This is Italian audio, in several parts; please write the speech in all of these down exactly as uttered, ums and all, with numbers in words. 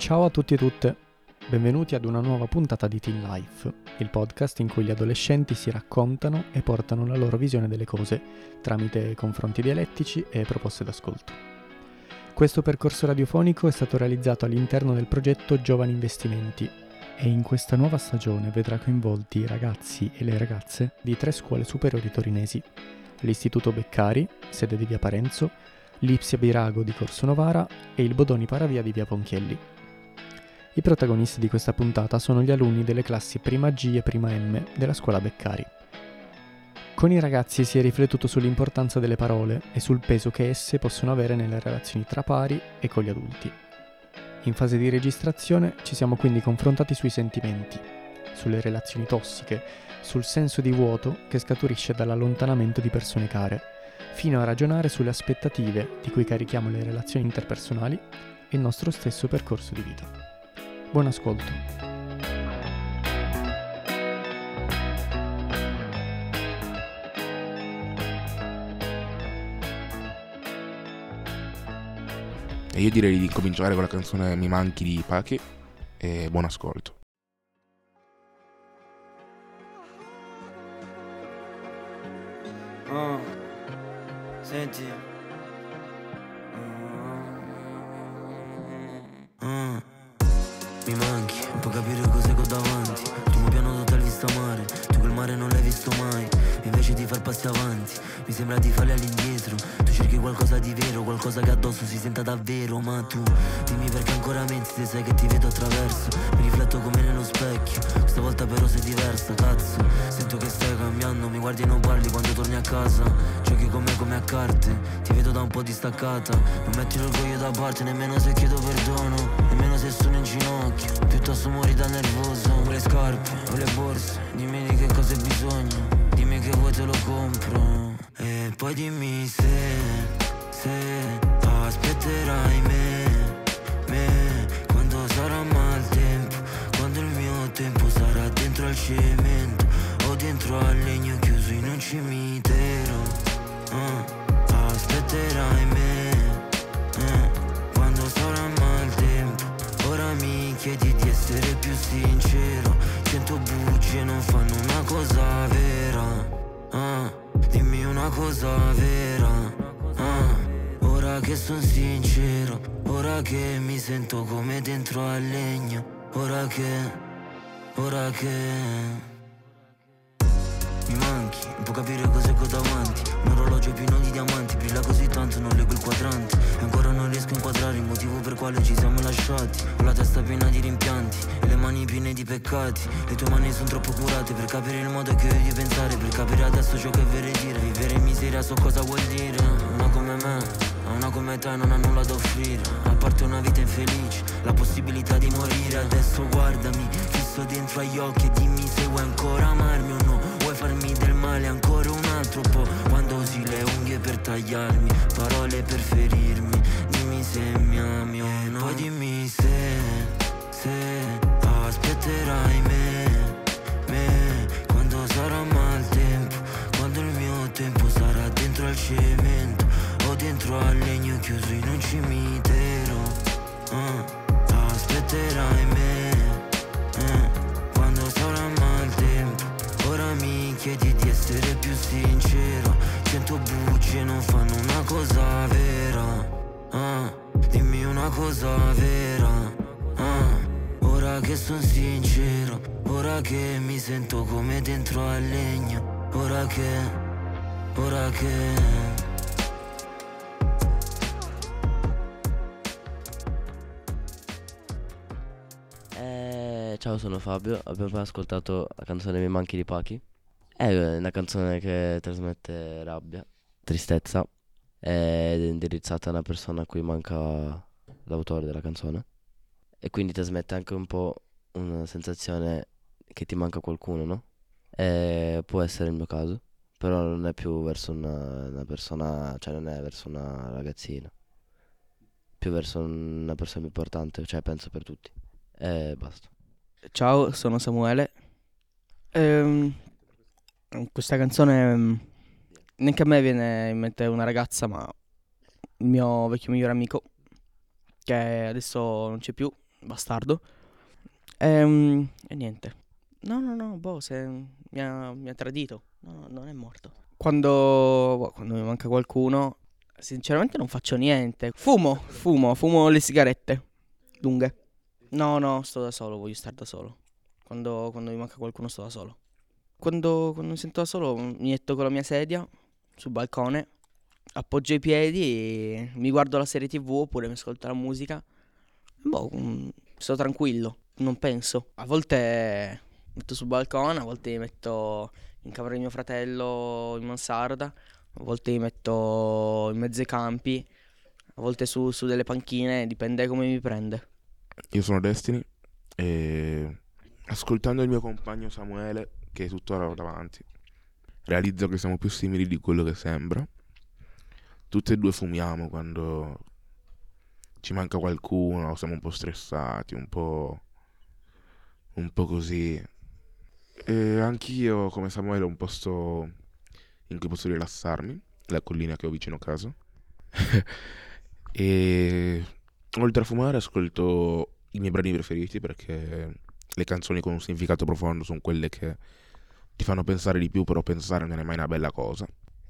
Ciao a tutti e tutte, benvenuti ad una nuova puntata di Teen Life, il podcast in cui gli adolescenti si raccontano e portano la loro visione delle cose tramite confronti dialettici e proposte d'ascolto. Questo percorso radiofonico è stato realizzato all'interno del progetto Giovani Investimenti e in questa nuova stagione vedrà coinvolti i ragazzi e le ragazze di tre scuole superiori torinesi: l'Istituto Beccari, sede di via Parenzo, l'Ipsia Birago di Corso Novara e il Bodoni Paravia di via Ponchielli. I protagonisti di questa puntata sono gli alunni delle classi Prima G e Prima M della scuola Beccari. Con i ragazzi si è riflettuto sull'importanza delle parole e sul peso che esse possono avere nelle relazioni tra pari e con gli adulti. In fase di registrazione ci siamo quindi confrontati sui sentimenti, sulle relazioni tossiche, sul senso di vuoto che scaturisce dall'allontanamento di persone care, fino a ragionare sulle aspettative di cui carichiamo le relazioni interpersonali e il nostro stesso percorso di vita. Buon ascolto. E io direi di cominciare con la canzone Mi manchi di Pachi e buon ascolto. Oh, senti. Oh, mi manchi, non puoi capire cos'è che ho davanti. Primo piano totale vista mare, tu quel mare non l'hai visto mai. Invece di far passi avanti, mi sembra di farli all'indietro. Tu cerchi qualcosa di vero, qualcosa che addosso si senta davvero. Ma tu, dimmi perché ancora menti se sai che ti vedo attraverso. Mi rifletto come nello specchio, questa volta però sei diversa, cazzo. Sento che stai cambiando, mi guardi e non parli quando torni a casa. Giochi con me come a carte, ti vedo da un po' distaccata. Non metti l'orgoglio da parte, nemmeno se chiedo perdono, nemmeno se sono in ginocchio, piuttosto muori da nervoso. Con le scarpe o le borse, dimmi di che cosa hai bisogno, dimmi che vuoi te lo compro. E poi dimmi se, se aspetterai me, me, quando sarà maltempo, quando il mio tempo sarà dentro al cemento o dentro al legno chiuso in un cimitero. uh, Aspetterai me, uh, quando sarà maltempo. Ora mi chiedi di essere più sincero, cento bugie non fanno una cosa vera. Ah, dimmi una cosa vera. Ah, ora che son sincero, ora che mi sento come dentro al legno, ora che, ora che mi manchi, non può capire cos'è che ho davanti. Un orologio pieno di diamanti, brilla così tanto non leggo il quadrante. E ancora non riesco a inquadrare il motivo per quale ci siamo lasciati. Ho la testa piena di rimpianti e le mani piene di peccati. Le tue mani sono troppo curate per capire il modo che ho di pensare, per capire adesso ciò che vorrei dire. Vivere in miseria so cosa vuol dire. Una come me, una come te non ha nulla da offrire, a parte una vita infelice, la possibilità di morire. Adesso guardami, fisso dentro agli occhi e dimmi se vuoi ancora amarmi o no. Vuoi farmi del male ancora un altro po', quando usi le unghie per tagliarmi, parole per ferirmi. Dimmi se mi ami o no. Poi dimmi se, se aspetterai me, me, quando sarà maltempo, quando il mio tempo sarà dentro al cemento o dentro al legno chiuso in un cimitero. uh, Aspetterai me, uh, quando sarà maltempo. Ora mi chiedi di essere più sincero, cento bugie non fanno una cosa vera. Ah, dimmi una cosa vera. Ah, ora che son sincero, ora che mi sento come dentro al legno, ora che, ora che Eh, ciao, sono Fabio. Abbiamo appena ascoltato la canzone Mi manchi di Pachi. È una canzone che trasmette rabbia, tristezza, ed è indirizzata a una persona a cui manca l'autore della canzone, e quindi trasmette anche un po' una sensazione che ti manca qualcuno, no? E può essere il mio caso, però non è più verso una, una persona, cioè non è verso una ragazzina, più verso una persona importante, cioè penso per tutti. E basta. Ciao, sono Samuele. Ehm, questa canzone ehm, neanche a me viene in mente una ragazza, ma il mio vecchio migliore amico, che adesso non c'è più, bastardo. Ehm, E, niente. No, no, no, boh, se mi ha, mi ha tradito. No, no, non è morto. Quando, boh, quando mi manca qualcuno, sinceramente non faccio niente. Fumo, fumo, fumo le sigarette lunghe. No, no, sto da solo, voglio stare da solo. Quando, quando mi manca qualcuno sto da solo. Quando, quando mi sento da solo mi metto con la mia sedia sul balcone, appoggio i piedi e mi guardo la serie tv oppure mi ascolto la musica. Boh, mm, sto tranquillo, non penso. A volte metto sul balcone, a volte mi metto in camera di mio fratello in mansarda, a volte mi metto in mezzo ai campi, a volte su, su delle panchine, dipende come mi prende. Io sono Destiny e ascoltando il mio compagno Samuele, che è tuttora davanti, realizzo che siamo più simili di quello che sembra. Tutti e due fumiamo quando ci manca qualcuno, siamo un po' stressati, un po', un po' così. E anch'io, come Samuele, ho un posto in cui posso rilassarmi, la collina che ho vicino a casa. E oltre a fumare ascolto i miei brani preferiti, perché le canzoni con un significato profondo sono quelle che ti fanno pensare di più, però pensare non è mai una bella cosa.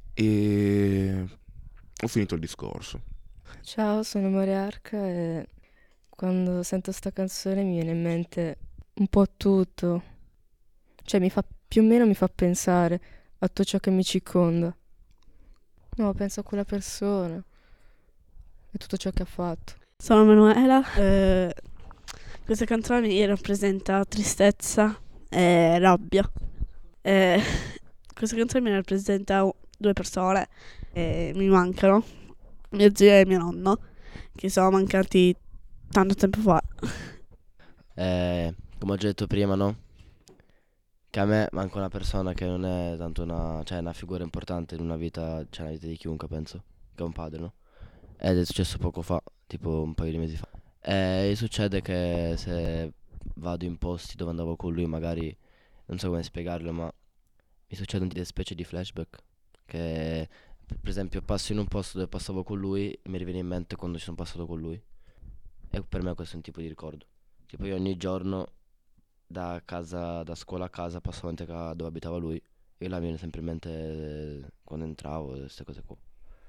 E ho finito il discorso. Ciao, sono Mariarca e quando sento sta canzone mi viene in mente un po' tutto. Cioè mi fa più o meno mi fa pensare a tutto ciò che mi circonda. No, penso a quella persona e tutto ciò che ha fatto. Sono Manuela, eh, questa canzone mi rappresenta tristezza e rabbia. Eh, questa canzone mi rappresenta due persone e mi mancano, mio zio e mio nonno, che sono mancati tanto tempo fa. Eh, come ho già detto prima, no? Che a me manca una persona che non è tanto una, cioè una figura importante in una vita, cioè nella vita di chiunque, penso, che è un padre, no? Ed è successo poco fa, tipo un paio di mesi fa. E succede che se vado in posti dove andavo con lui, magari, non so come spiegarlo, ma mi succedono delle specie di flashback. Che, per esempio, passo in un posto dove passavo con lui e mi riviene in mente quando ci sono passato con lui. E per me questo è un tipo di ricordo. Tipo io ogni giorno da casa, da scuola a casa, passo davanti a dove abitava lui e là mi viene sempre in mente eh, quando entravo, queste cose qua.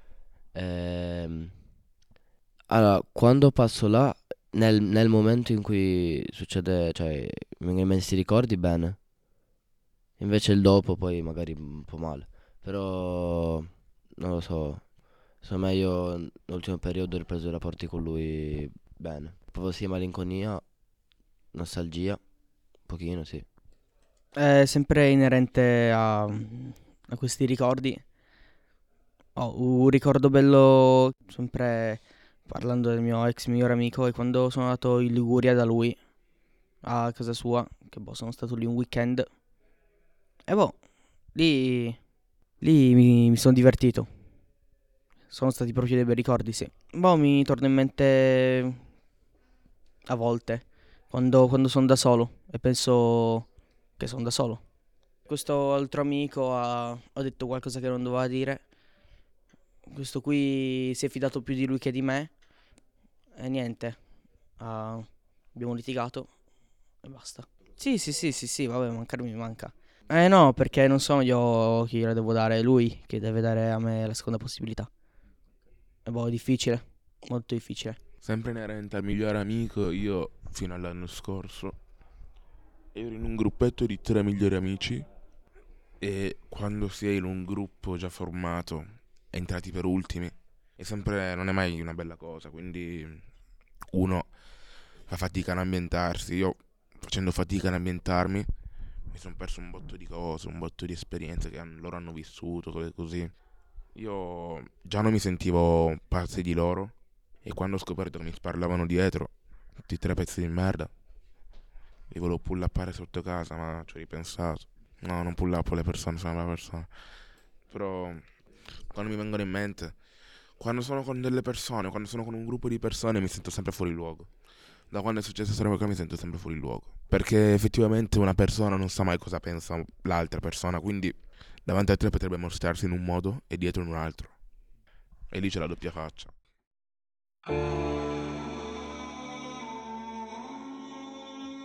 Ehm, allora, quando passo là, nel, nel momento in cui succede, cioè mi vengono in mente questi ricordi, bene. Invece il dopo poi magari un po' male. Però non lo so. Secondo me io nell'ultimo periodo ho ripreso i rapporti con lui bene. Proprio sì, malinconia, nostalgia, un pochino sì. È sempre inerente a, a questi ricordi. Ho un ricordo bello, sempre parlando del mio ex migliore amico, è quando sono andato in Liguria da lui a casa sua, che boh, sono stato lì un weekend. E boh, lì, lì mi, mi sono divertito. Sono stati proprio dei bei ricordi, sì. Boh, mi torna in mente a volte, quando, quando sono da solo e penso che sono da solo. Questo altro amico ha, ha detto qualcosa che non doveva dire. Questo qui si è fidato più di lui che di me. E niente, ah, abbiamo litigato e basta. Sì, sì, sì, sì, sì, vabbè, mancarmi mi manca. Eh no, perché non sono io chi la devo dare, è lui che deve dare a me la seconda possibilità. E boh, è difficile, molto difficile. Sempre inerente al migliore amico, io fino all'anno scorso ero in un gruppetto di tre migliori amici e quando si è in un gruppo già formato, entrati per ultimi, è sempre, non è mai una bella cosa, quindi uno fa fatica ad ambientarsi. Io facendo fatica ad ambientarmi mi sono perso un botto di cose, un botto di esperienze che han- loro hanno vissuto, cose così. Io già non mi sentivo parte di loro e quando ho scoperto che mi sparlavano dietro, tutti tre pezzi di merda, li volevo pullappare sotto casa, ma ci ho ripensato. No, non pullappo le persone, sono una brava persona. Però quando mi vengono in mente, quando sono con delle persone, quando sono con un gruppo di persone mi sento sempre fuori luogo. Da quando è successo questa roba qua mi sento sempre fuori luogo. Perché effettivamente una persona non sa mai cosa pensa l'altra persona, quindi davanti a te potrebbe mostrarsi in un modo e dietro in un altro. E lì c'è la doppia faccia.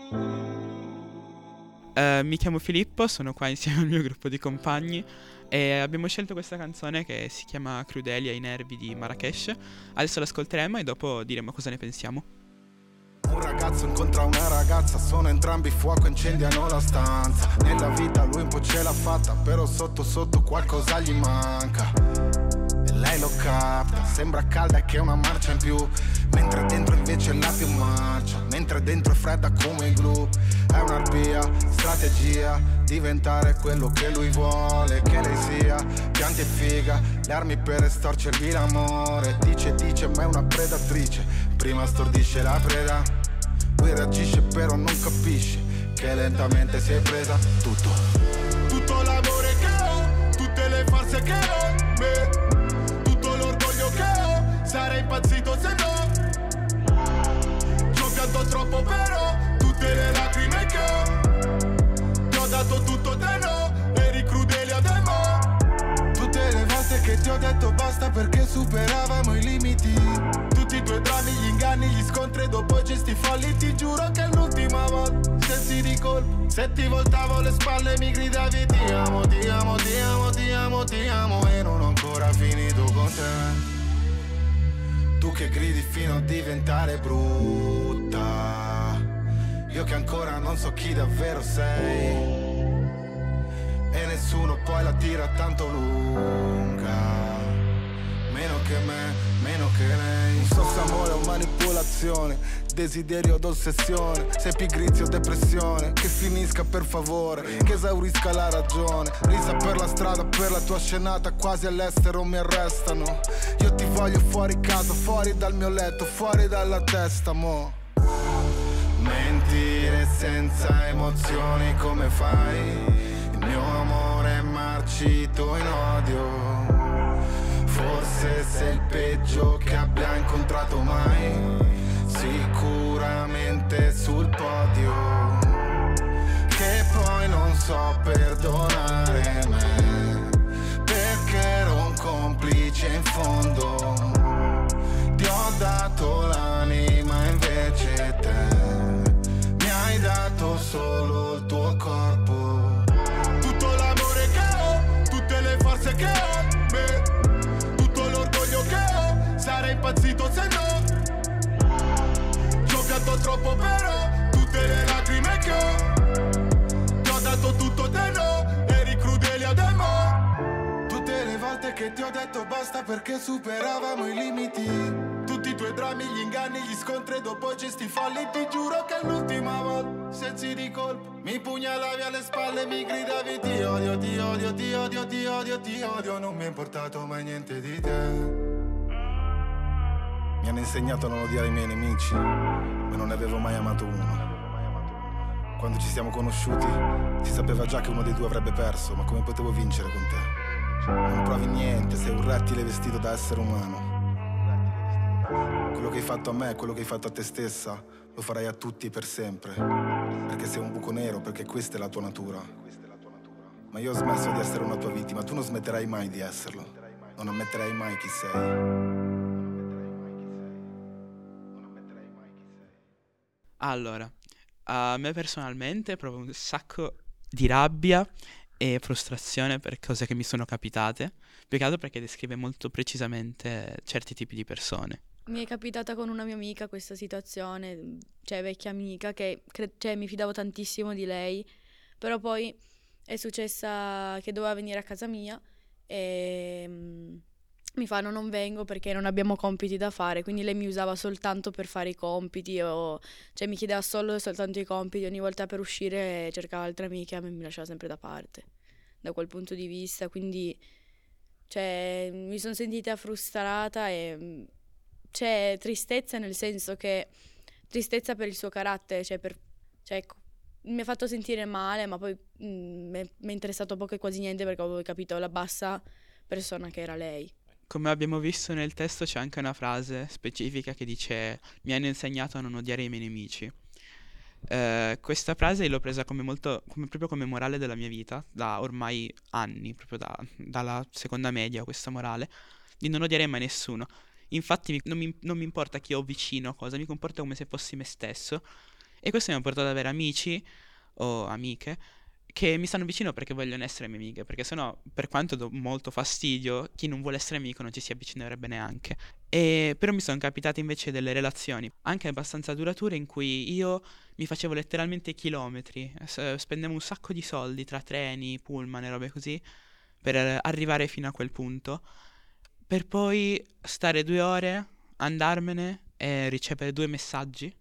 Eh, mi chiamo Filippo, sono qua insieme al mio gruppo di compagni e abbiamo scelto questa canzone che si chiama Crudeli ai nervi di Marrakesh. Adesso l'ascolteremo e dopo diremo cosa ne pensiamo. Un ragazzo incontra una ragazza, sono entrambi fuoco, incendiano la stanza. Nella vita lui un po' ce l'ha fatta, però sotto sotto qualcosa gli manca. E lei lo capta, sembra calda che è una marcia in più, mentre dentro invece la più marcia, mentre dentro è fredda come il glue. È un'arpia, strategia, diventare quello che lui vuole che lei sia. Pianti e figa, le armi per estorcergli l'amore. Dice, dice, ma è una predatrice, prima stordisce la preda. Poi reagisce però non capisce che lentamente si è presa tutto. Tutto l'amore che ho, tutte le farse che ho, beh, tutto l'orgoglio che ho, sarei impazzito se no. Ci ho pianto troppo però, tutte le lacrime che ho, ti ho dato tutto te no, eri crudele a te ma. Tutte le volte che ti ho detto basta perché superavamo i limiti, tutti i tuoi drammi, gli inganni, gli scontri, dopo gesti folli, ti giuro che è l'ultima volta. Sensi di colpo, se ti voltavo le spalle mi gridavi ti amo, ti amo, ti amo, ti amo, ti amo. E non ho ancora finito con te. Tu che gridi fino a diventare brutta, io che ancora non so chi davvero sei, e nessuno poi la tira tanto lunga, meno che me, meno che lei. Un sosso amore o manipolazione, desiderio od ossessione, sei pigrizia o depressione, che finisca per favore, che esaurisca la ragione. Risa per la strada, per la tua scenata, quasi all'estero mi arrestano. Io ti voglio fuori casa, fuori dal mio letto, fuori dalla testa, mo. Mentire senza emozioni come fai? Il mio amore è marcito in odio. Forse sei il peggio che abbia incontrato mai, sicuramente sul podio, che poi non so perdonare me, perché ero un complice in fondo. Ti ho dato l'anima invece te mi hai dato solo il tuo corpo. Tutto l'amore che ho, tutte le forze che ho, beh, che ho, sarei impazzito se no. Ci ho pianto troppo però, tutte le lacrime che ho, ti ho dato tutto te no, eri crudele a demo. Tutte le volte che ti ho detto basta perché superavamo i limiti, tutti i tuoi drammi, gli inganni, gli scontri, dopo gesti folli, ti giuro che è l'ultima volta. Sensi di colpo, mi pugnalavi alle spalle, mi gridavi ti odio, ti odio, ti odio, ti odio, ti odio. Non mi è importato mai niente di te. Mi hanno insegnato a non odiare i miei nemici, ma non ne avevo mai amato uno. Quando ci siamo conosciuti si sapeva già che uno dei due avrebbe perso, ma come potevo vincere con te? Non provi niente, sei un rettile vestito da essere umano. Quello che hai fatto a me, quello che hai fatto a te stessa, lo farai a tutti per sempre, perché sei un buco nero, perché questa è la tua natura. Ma io ho smesso di essere una tua vittima, tu non smetterai mai di esserlo, non ammetterai mai chi sei. Allora, a me personalmente provo un sacco di rabbia e frustrazione per cose che mi sono capitate, più che altro perché descrive molto precisamente certi tipi di persone. Mi è capitata con una mia amica questa situazione, cioè vecchia amica, che cre- cioè, mi fidavo tantissimo di lei, però poi è successa che doveva venire a casa mia e mm, mi fanno non vengo perché non abbiamo compiti da fare, quindi lei mi usava soltanto per fare i compiti, o cioè mi chiedeva solo e soltanto i compiti, ogni volta per uscire cercava altre amiche, a me mi lasciava sempre da parte da quel punto di vista, quindi cioè mi sono sentita frustrata e c'è tristezza, nel senso che tristezza per il suo carattere, cioè, per, cioè ecco, mi ha fatto sentire male, ma poi mi è interessato poco e quasi niente perché avevo capito la bassa persona che era lei. Come abbiamo visto nel testo c'è anche una frase specifica che dice mi hanno insegnato a non odiare i miei nemici. Eh, questa frase l'ho presa come molto, come, proprio come morale della mia vita, da ormai anni, proprio da, dalla seconda media, questa morale, di non odiare mai nessuno. Infatti mi, non, mi, non mi importa chi ho vicino, cosa, mi comporto come se fossi me stesso E questo mi ha portato ad avere amici o amiche che mi stanno vicino perché vogliono essere mie amiche, perché sennò, per quanto do molto fastidio, chi non vuole essere amico non ci si avvicinerebbe neanche. E però mi sono capitate invece delle relazioni anche abbastanza durature in cui io mi facevo letteralmente chilometri, s- spendevo un sacco di soldi tra treni, pullman e robe così per eh, arrivare fino a quel punto, per poi stare due ore, andarmene e ricevere due messaggi.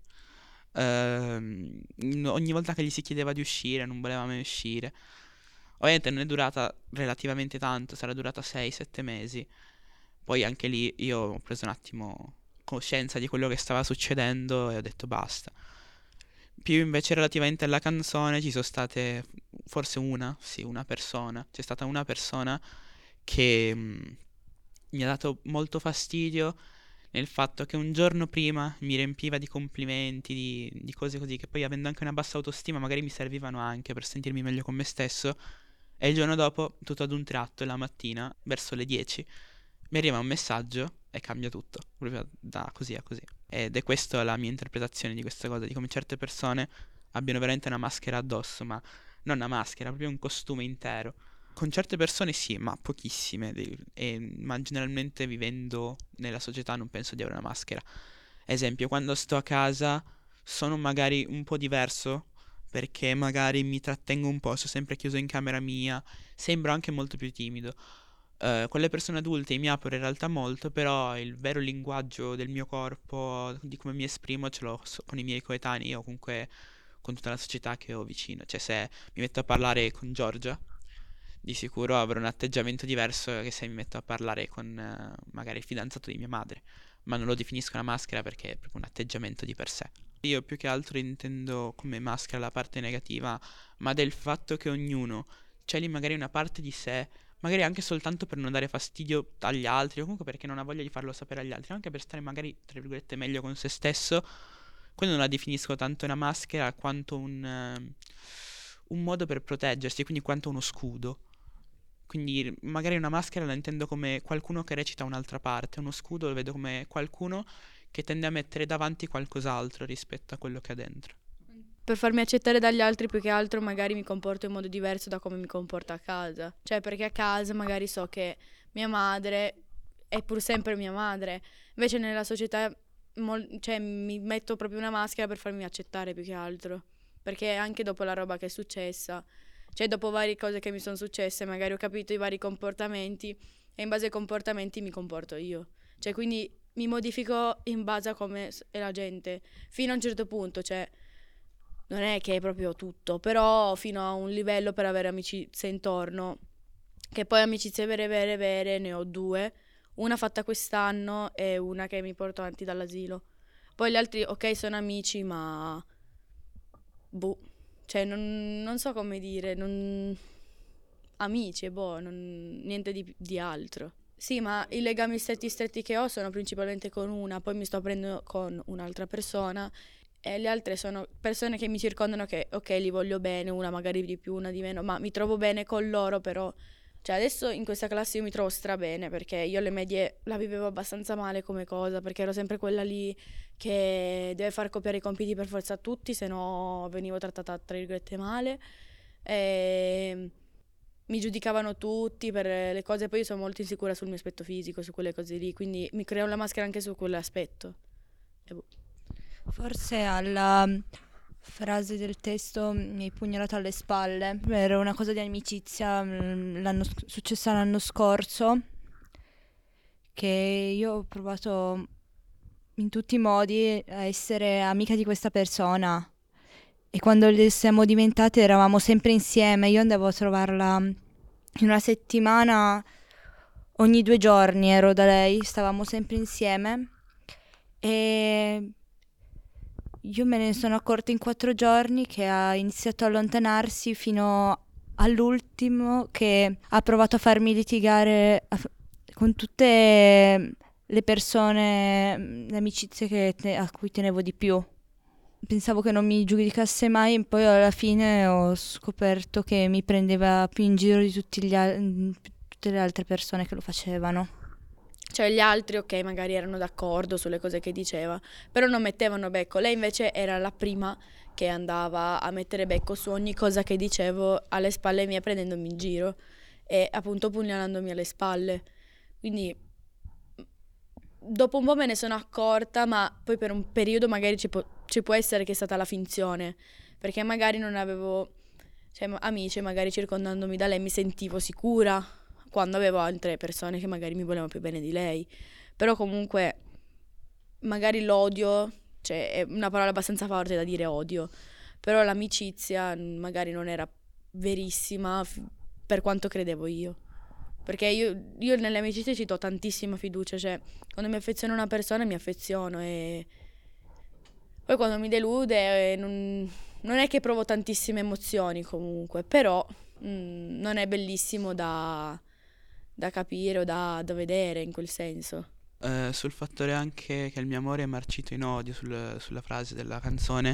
Ehm, n- ogni volta che gli si chiedeva di uscire, non voleva mai uscire. Ovviamente non è durata relativamente tanto, sarà durata sei sette mesi. Poi anche lì io ho preso un attimo coscienza di quello che stava succedendo e ho detto basta. Più invece relativamente alla canzone ci sono state forse una, sì, una persona. C'è stata una persona che mh, mi ha dato molto fastidio nel fatto che un giorno prima mi riempiva di complimenti, di, di cose così, che poi avendo anche una bassa autostima magari mi servivano anche per sentirmi meglio con me stesso. E il giorno dopo, tutto ad un tratto, la mattina, verso le dieci, mi arriva un messaggio e cambia tutto, proprio da così a così. Ed è questa la mia interpretazione di questa cosa, di come certe persone abbiano veramente una maschera addosso, ma non una maschera, proprio un costume intero. Con certe persone sì, ma pochissime, de- e, ma generalmente vivendo nella società non penso di avere una maschera. Esempio, quando sto a casa sono magari un po' diverso, perché magari mi trattengo un po', sto sempre chiuso in camera mia, sembro anche molto più timido. Eh, con le persone adulte mi apro in realtà molto, però il vero linguaggio del mio corpo, di come mi esprimo, ce l'ho so- con i miei coetanei o comunque con tutta la società che ho vicino. Cioè, se mi metto a parlare con Giorgia, di sicuro avrò un atteggiamento diverso che se mi metto a parlare con eh, magari il fidanzato di mia madre, ma non lo definisco una maschera perché è proprio un atteggiamento di per sé. Io più che altro intendo come maschera la parte negativa, ma del fatto che ognuno c'è lì magari una parte di sé, magari anche soltanto per non dare fastidio agli altri, o comunque perché non ha voglia di farlo sapere agli altri, anche per stare magari, tra virgolette, meglio con se stesso. Quindi non la definisco tanto una maschera quanto un, eh, un modo per proteggersi, quindi quanto uno scudo. Quindi magari una maschera la intendo come qualcuno che recita un'altra parte, uno scudo lo vedo come qualcuno che tende a mettere davanti qualcos'altro rispetto a quello che ha dentro. Per farmi accettare dagli altri più che altro magari mi comporto in modo diverso da come mi comporto a casa. Cioè perché a casa magari so che mia madre è pur sempre mia madre. Invece nella società mol- cioè, mi metto proprio una maschera per farmi accettare più che altro. Perché anche dopo la roba che è successa, cioè dopo varie cose che mi sono successe, magari ho capito i vari comportamenti e in base ai comportamenti mi comporto io. Cioè quindi mi modifico in base a come s- è la gente. Fino a un certo punto, cioè non è che è proprio tutto, però fino a un livello per avere amicizie intorno, che poi amicizie vere vere vere ne ho due, una fatta quest'anno e una che mi porto avanti dall'asilo. Poi gli altri, ok, sono amici, ma boh, cioè non, non so come dire, non... amici e boh, non... niente di, di altro. Sì, ma i legami stretti stretti che ho sono principalmente con una, poi mi sto prendendo con un'altra persona e le altre sono persone che mi circondano che, ok, li voglio bene, una magari di più, una di meno, ma mi trovo bene con loro, però... Cioè adesso in questa classe io mi trovo strabene perché io le medie la vivevo abbastanza male come cosa, perché ero sempre quella lì che deve far copiare i compiti per forza a tutti, se no venivo trattata tra virgolette male. E mi giudicavano tutti per le cose, poi io sono molto insicura sul mio aspetto fisico, su quelle cose lì, quindi mi creo la maschera anche su quell'aspetto. E boh. Forse alla frase del testo mi hai pugnalato alle spalle. Era una cosa di amicizia mm, l'anno sc- successa l'anno scorso, che io ho provato in tutti i modi a essere amica di questa persona e quando le siamo diventate eravamo sempre insieme. Io andavo a trovarla in una settimana, ogni due giorni ero da lei, stavamo sempre insieme e io me ne sono accorta in quattro giorni che ha iniziato a allontanarsi fino all'ultimo, che ha provato a farmi litigare a f- con tutte le persone, mm, le amicizie che te- a cui tenevo di più. Pensavo che non mi giudicasse mai e poi alla fine ho scoperto che mi prendeva più in giro di tutti gli al- mm, tutte le altre persone che lo facevano. Cioè gli altri, ok, magari erano d'accordo sulle cose che diceva, però non mettevano becco. Lei invece era la prima che andava a mettere becco su ogni cosa che dicevo alle spalle mie, prendendomi in giro e appunto pugnalandomi alle spalle. Quindi dopo un po' me ne sono accorta, ma poi per un periodo magari ci può, ci può essere che è stata la finzione, perché magari non avevo, cioè, amici, magari circondandomi da lei mi sentivo sicura quando avevo altre persone che magari mi volevano più bene di lei. Però comunque magari l'odio, cioè è una parola abbastanza forte da dire odio, però l'amicizia magari non era verissima f- per quanto credevo io. Perché io, io nelle amicizie ci do tantissima fiducia, cioè quando mi affeziono a una persona mi affeziono e poi quando mi delude eh, non, non è che provo tantissime emozioni comunque, però mh, non è bellissimo da, da capire o da, da vedere in quel senso. Eh, sul fattore anche che il mio amore è marcito in odio, sul- sulla frase della canzone,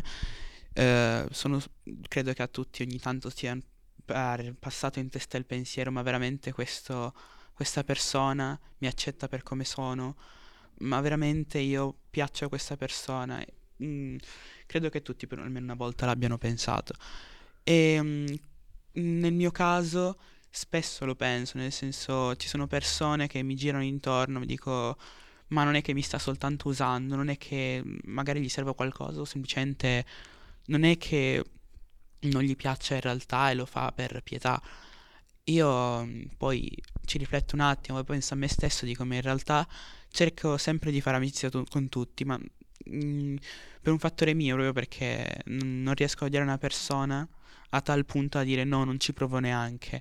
eh, sono, credo che a tutti ogni tanto sia par- passato in testa il pensiero, ma veramente questo, questa persona mi accetta per come sono, ma veramente io piaccio a questa persona. E, mm, credo che tutti per almeno una volta l'abbiano pensato. E mm, nel mio caso spesso lo penso, nel senso ci sono persone che mi girano intorno, mi dico ma non è che mi sta soltanto usando, non è che magari gli serve qualcosa, o semplicemente non è che non gli piaccia in realtà e lo fa per pietà. Io mm, poi ci rifletto un attimo e penso a me stesso, dico ma in realtà cerco sempre di fare amicizia tu- con tutti, ma mm, per un fattore mio, proprio perché n- non riesco a odiare una persona a tal punto da dire no, non ci provo neanche.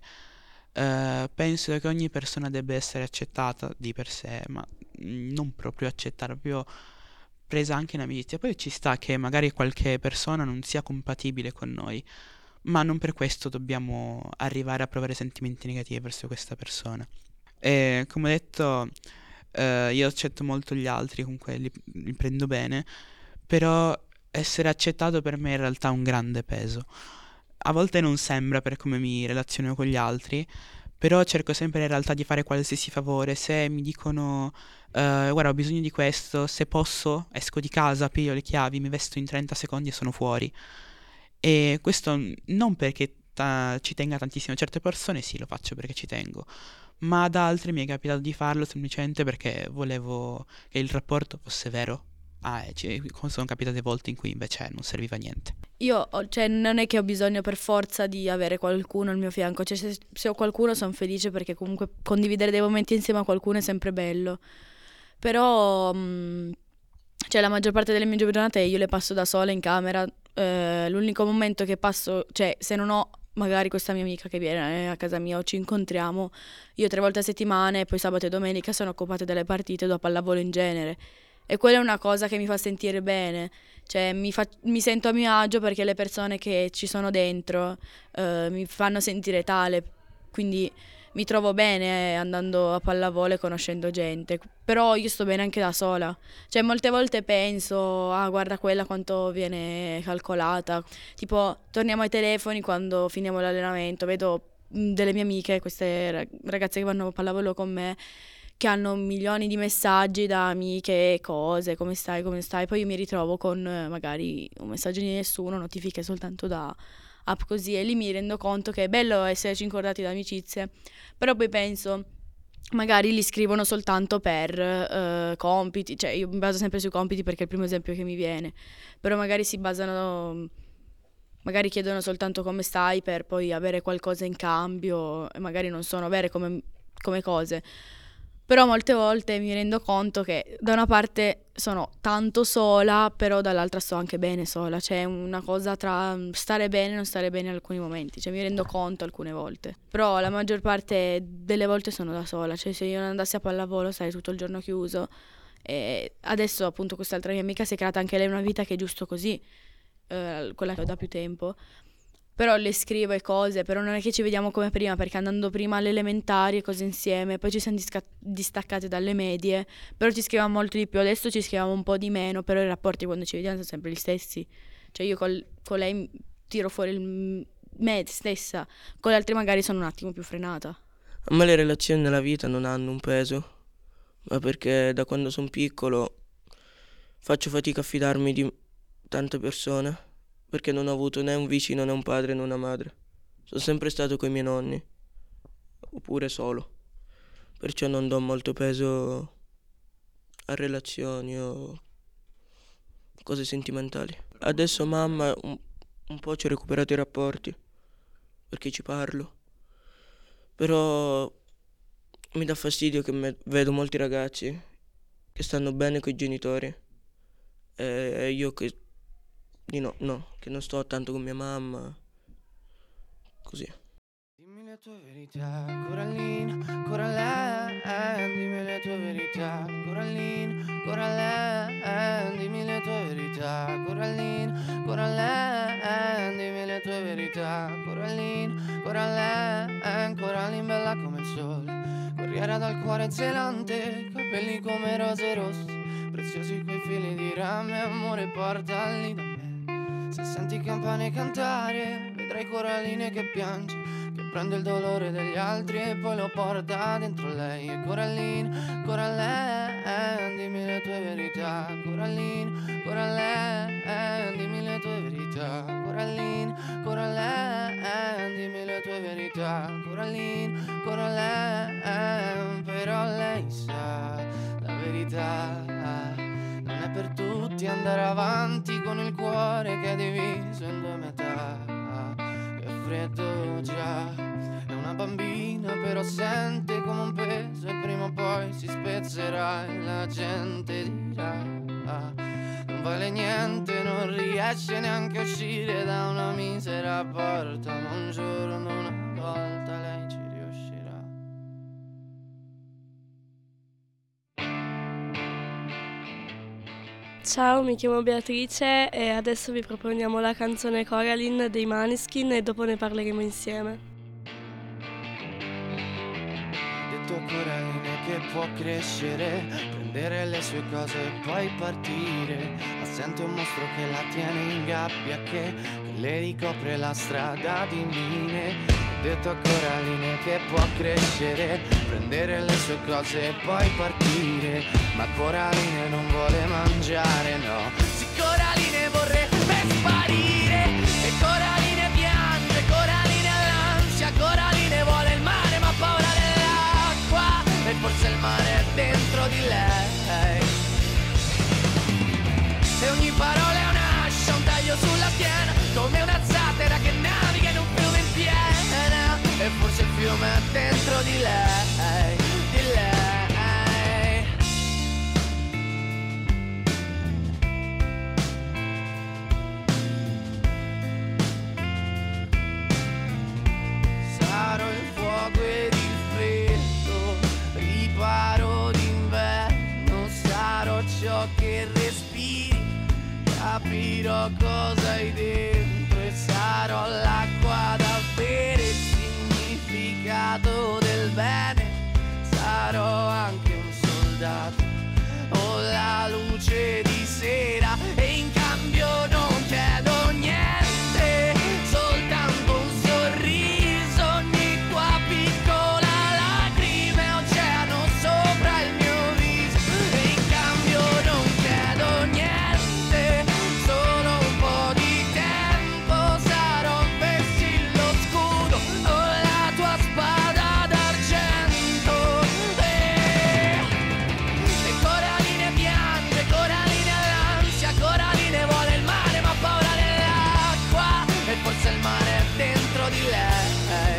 Eh, penso che ogni persona debba essere accettata di per sé, ma mm, non proprio accettata, proprio presa anche in amicizia. Poi ci sta che magari qualche persona non sia compatibile con noi, ma non per questo dobbiamo arrivare a provare sentimenti negativi verso questa persona. E come ho detto, eh, io accetto molto gli altri, comunque li, li prendo bene, però essere accettato per me è in realtà un grande peso. A volte non sembra per come mi relaziono con gli altri, però cerco sempre in realtà di fare qualsiasi favore. Se mi dicono eh, guarda ho bisogno di questo, se posso esco di casa, piglio le chiavi, mi vesto in trenta secondi e sono fuori. E questo n- non perché ta- ci tenga tantissimo, certe persone sì lo faccio perché ci tengo, ma ad altri mi è capitato di farlo semplicemente perché volevo che il rapporto fosse vero. Ah, e ci sono capitate volte in cui invece non serviva a niente. Io, ho- cioè, non è che ho bisogno per forza di avere qualcuno al mio fianco, cioè, se, se ho qualcuno sono felice perché comunque condividere dei momenti insieme a qualcuno è sempre bello. Però, mh, cioè, la maggior parte delle mie giornate io le passo da sola in camera. Eh, l'unico momento che passo, cioè, se non ho magari questa mia amica che viene a casa mia o ci incontriamo, io tre volte a settimana e poi sabato e domenica sono occupate dalle partite o da pallavolo in genere. E quella è una cosa che mi fa sentire bene, cioè mi, fa- mi sento a mio agio perché le persone che ci sono dentro eh, mi fanno sentire tale, quindi mi trovo bene eh, andando a pallavolo e conoscendo gente, però io sto bene anche da sola, cioè molte volte penso, ah guarda quella quanto viene calcolata, tipo torniamo ai telefoni quando finiamo l'allenamento, vedo mh, delle mie amiche, queste ra- ragazze che vanno a pallavolo con me, che hanno milioni di messaggi da amiche, cose, come stai, come stai, poi io mi ritrovo con eh, magari un messaggio di nessuno, notifiche soltanto da app così, e lì mi rendo conto che è bello esserci incordati da amicizie, però poi penso, magari li scrivono soltanto per eh, compiti, cioè io mi baso sempre sui compiti perché è il primo esempio che mi viene, però magari si basano, magari chiedono soltanto come stai per poi avere qualcosa in cambio e magari non sono vere come, come cose. Però molte volte mi rendo conto che da una parte sono tanto sola, però dall'altra sto anche bene sola. C'è una cosa tra stare bene e non stare bene in alcuni momenti. Cioè mi rendo conto alcune volte. Però la maggior parte delle volte sono da sola. Cioè se io non andassi a pallavolo sarei tutto il giorno chiuso. E adesso appunto quest'altra mia amica si è creata anche lei una vita che è giusto così, eh, quella che ho da più tempo. Però le scrivo e cose, però non è che ci vediamo come prima, perché andando prima alle elementari e cose insieme, poi ci siamo disca- distaccate dalle medie, però ci scriviamo molto di più, adesso ci scriviamo un po' di meno, però i rapporti quando ci vediamo sono sempre gli stessi. Cioè io col- con lei tiro fuori il me stessa, con le altre magari sono un attimo più frenata. A me le relazioni nella vita non hanno un peso, ma perché da quando sono piccolo faccio fatica a fidarmi di tante persone, perché non ho avuto né un vicino né un padre né una madre. Sono sempre stato con i miei nonni, oppure solo. Perciò non do molto peso a relazioni o cose sentimentali. Adesso mamma un, un po' ci ho recuperato i rapporti, perché ci parlo. Però mi dà fastidio che me- vedo molti ragazzi che stanno bene con i genitori e io che di no, no, che non sto tanto con mia mamma, così. Dimmi le tue verità, Coraline, Coraline, dimmi le tue verità, Coraline, Coraline, dimmi le tue verità, Coraline, Coraline, dimmi le tue verità, Coraline, Coraline, Coraline bella come il sole, corriera dal cuore zelante, capelli come rose rosse, preziosi quei fili di rame, amore portali da me, se senti campane cantare, vedrai Coraline che piange, che prende il dolore degli altri e poi lo porta dentro lei. E Coraline, Coraline, dimmi le tue verità, Coraline, Coraline, dimmi le tue verità, Coraline, Coraline, dimmi le tue verità, Coraline, Coraline, però lei sa la verità, non è per tutti andare avanti con il cuore che è diviso in due metà, che è freddo già, è una bambina però sente come un peso e prima o poi si spezzerà e la gente dirà non vale niente, non riesce neanche a uscire da una misera porta, ma un giorno una volta lei ci riuscirà. Ciao, mi chiamo Beatrice e adesso vi proponiamo la canzone Coraline dei Maneskin e dopo ne parleremo insieme. Detto Coraline che può crescere, prendere le sue cose e poi partire, ma sente un mostro che la tiene in gabbia, che, che le ricopre la strada di mine. Detto Coraline che può crescere, prendere le sue cose e poi partire, ma Coraline non vuole mangiare, no. Sì, Coraline vorrebbe sparire, e Coraline piange, Coraline ha l'ansia, Coraline vuole il mare ma ha paura dell'acqua, e forse il mare è dentro di lei. E ogni parola è un'ascia, un taglio sulla schiena, come una zattera che naviga in un fiume in piena, e forse il fiume è dentro di lei, di lei. Sarò il fuoco ed il freddo, riparo d'inverno, sarò ciò che respiri, capirò cosa hai dentro e sarò l'acqua da bere, il significato del bene, sarò anche un soldato o la luce di sera, e in cambio non chiedo niente, soltanto un sorriso, ogni tua piccola lacrima, oceano sopra il mio viso, e in cambio non chiedo niente, solo un po' di tempo, sarò un vessillo scudo o la tua spada d'argento. E, e Coraline piange, Coraline ha l'ansia, Coraline vuole il mare ma ha paura dell'acqua, e forse il mare è dentro di lei.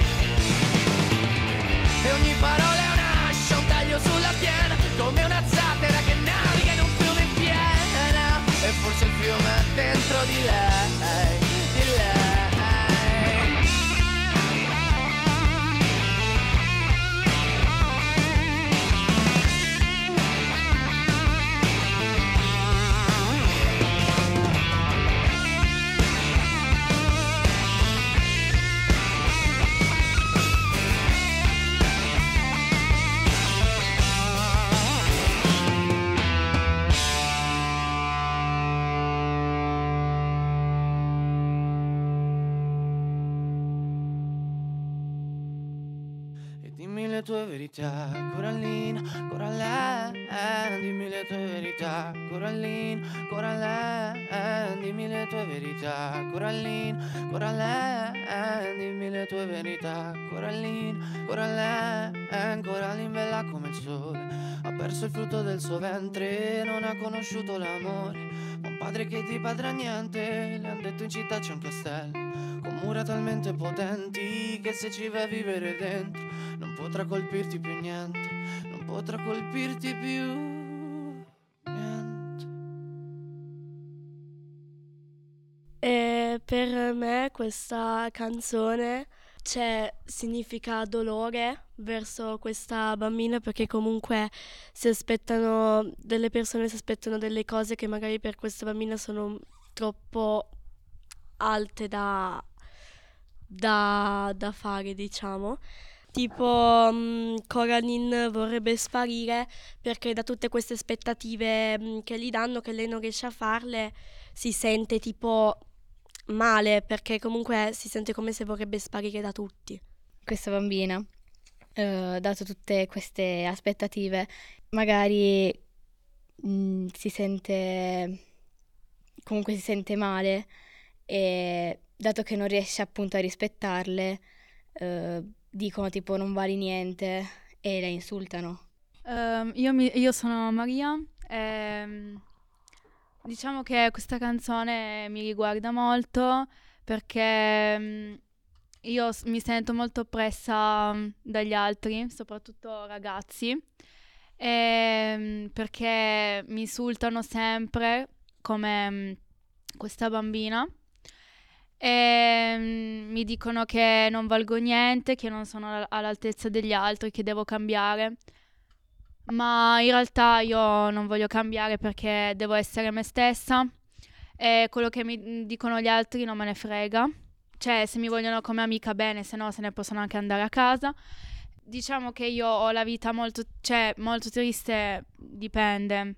E ogni parola è un'ascia, un taglio sulla schiena, come una zattera che naviga in un fiume in piena, e forse il fiume è dentro di lei, di lei. E dimmi le tue verità, Coraline, Coraline, dimmi le tue verità, verità, Coraline, Coraline, dimmi le tue verità, Coraline, Coraline, dimmi le tue verità, Coraline, Coraline, Coraline bella come il sole, ha perso il frutto del suo ventre, non ha conosciuto l'amore, un padre che di padre a niente, le han detto in città c'è un castello, con mura talmente potenti che se ci vai a vivere dentro non potrà colpirti più niente, non potrà colpirti più niente. E per me questa canzone c'è significa dolore verso questa bambina, perché comunque si aspettano delle persone, si aspettano delle cose che magari per questa bambina sono troppo alte da, da, da fare, diciamo. Tipo um, Coraline vorrebbe sparire perché da tutte queste aspettative um, che gli danno, che lei non riesce a farle, si sente tipo male, perché comunque si sente come se vorrebbe sparire da tutti. Questa bambina, eh, dato tutte queste aspettative, magari mh, si sente, comunque si sente male, e dato che non riesce appunto a rispettarle, eh, dicono tipo non vali niente e la insultano. Um, io, mi, io sono Maria e diciamo che questa canzone mi riguarda molto perché um, io s- mi sento molto oppressa um, dagli altri, soprattutto ragazzi, e, um, perché mi insultano sempre come um, questa bambina. E mm, mi dicono che non valgo niente, che non sono all- all'altezza degli altri, che devo cambiare. Ma in realtà io non voglio cambiare perché devo essere me stessa e quello che mi dicono gli altri non me ne frega. Cioè, se mi vogliono come amica bene, se no se ne possono anche andare a casa. Diciamo che io ho la vita molto, cioè, molto triste, dipende.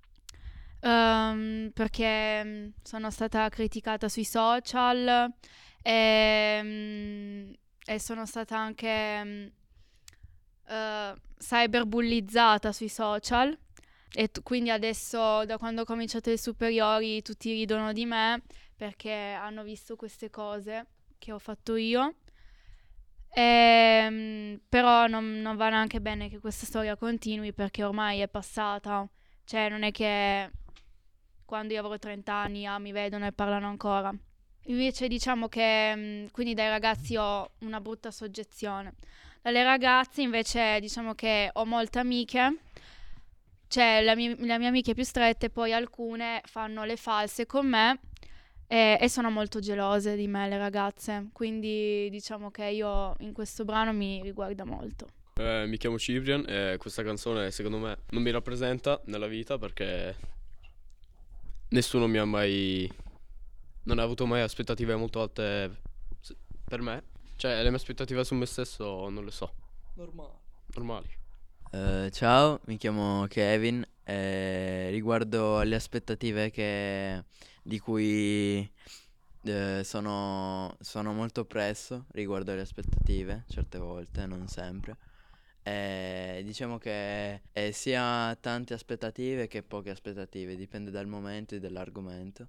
Um, perché sono stata criticata sui social e, um, e sono stata anche um, uh, cyberbullizzata sui social e t- quindi adesso da quando ho cominciato le superiori tutti ridono di me perché hanno visto queste cose che ho fatto io. E, um, però non, non va neanche bene che questa storia continui perché ormai è passata, cioè non è che quando io avrò trenta anni ah, mi vedono e parlano ancora. Invece diciamo che mh, quindi dai ragazzi ho una brutta soggezione. Dalle ragazze invece diciamo che ho molte amiche, cioè la mia, le mie amiche più strette, poi alcune fanno le false con me e, e sono molto gelose di me le ragazze, quindi diciamo che io in questo brano mi riguarda molto. Eh, mi chiamo Ciprian e questa canzone secondo me non mi rappresenta nella vita perché nessuno mi ha mai, non ha avuto mai aspettative molto alte per me. Cioè le mie aspettative su me stesso non le so. Normale. Normali. Uh, ciao, mi chiamo Kevin e riguardo alle aspettative che, di cui eh, sono, sono molto oppresso riguardo alle aspettative, certe volte, non sempre. E diciamo che eh, sia tante aspettative che poche aspettative, dipende dal momento e dall'argomento.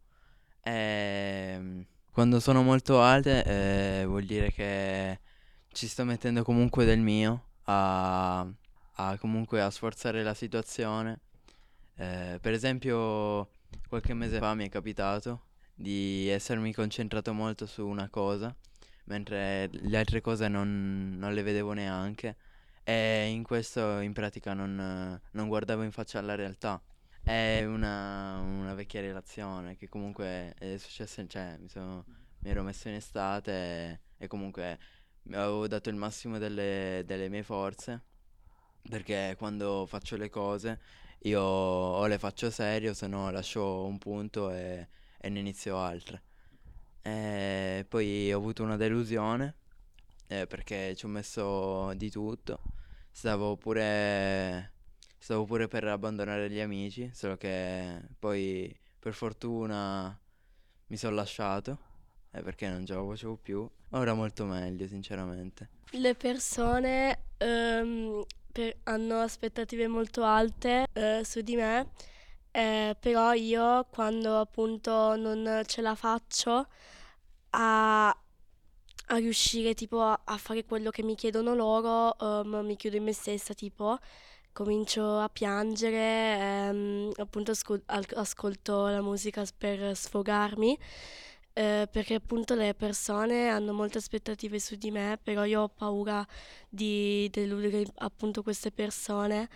E quando sono molto alte eh, vuol dire che ci sto mettendo comunque del mio a, a comunque a sforzare la situazione. Eh, per esempio qualche mese fa mi è capitato di essermi concentrato molto su una cosa mentre le altre cose non, non le vedevo neanche. E in questo in pratica non, non guardavo in faccia alla realtà. È una, una vecchia relazione che comunque è successa, cioè mi, sono, mi ero messo in estate e, e comunque avevo dato il massimo delle, delle mie forze, perché quando faccio le cose io o le faccio serio, se no lascio un punto e, e ne inizio altre. E poi ho avuto una delusione eh, perché ci ho messo di tutto. Stavo pure stavo pure per abbandonare gli amici, solo che poi per fortuna mi sono lasciato eh, perché non ce la facevo più. Ora molto meglio, sinceramente. Le persone ehm, per- hanno aspettative molto alte eh, su di me Eh, però io quando appunto non ce la faccio a, a riuscire tipo a, a fare quello che mi chiedono loro, um, mi chiudo in me stessa, tipo comincio a piangere, ehm, appunto ascol- al- ascolto la musica per sfogarmi, eh, perché appunto le persone hanno molte aspettative su di me, però io ho paura di deludere appunto queste persone.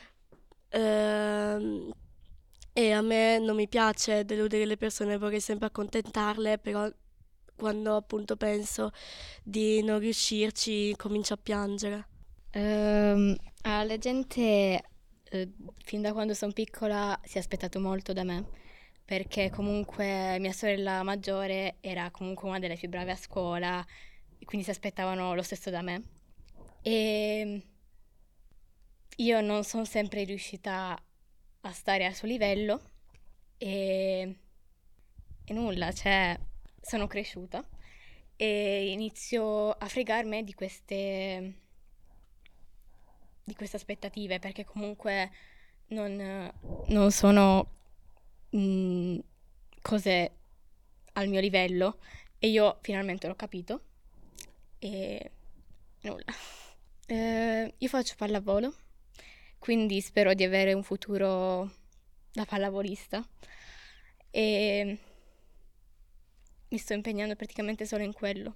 Ehm, E a me non mi piace deludere le persone, vorrei sempre accontentarle, però quando appunto penso di non riuscirci comincio a piangere. Ehm, ah, la gente, eh, fin da quando sono piccola, si è aspettato molto da me, perché comunque mia sorella maggiore era comunque una delle più brave a scuola, e quindi si aspettavano lo stesso da me. E io non sono sempre riuscita a stare al suo livello e, e nulla, cioè sono cresciuta e inizio a fregarmi di queste di queste aspettative, perché comunque non, non sono mh, cose al mio livello, e io finalmente l'ho capito e nulla. Eh, io faccio pallavolo, quindi spero di avere un futuro da pallavolista e mi sto impegnando praticamente solo in quello.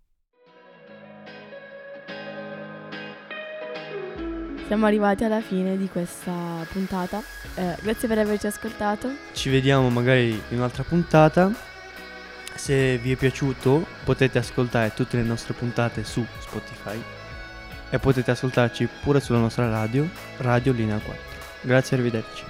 Siamo arrivati alla fine di questa puntata. Eh, grazie per averci ascoltato. Ci vediamo magari in un'altra puntata. Se vi è piaciuto potete ascoltare tutte le nostre puntate su Spotify e potete ascoltarci pure sulla nostra radio, Radio Linea quattro. Grazie e arrivederci.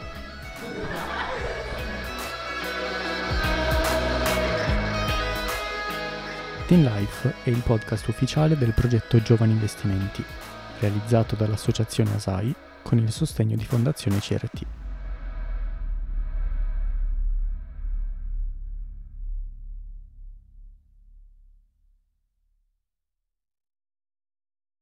Teen Life è il podcast ufficiale del progetto Giovani Investimenti, realizzato dall'associazione A S A I con il sostegno di Fondazione C R T.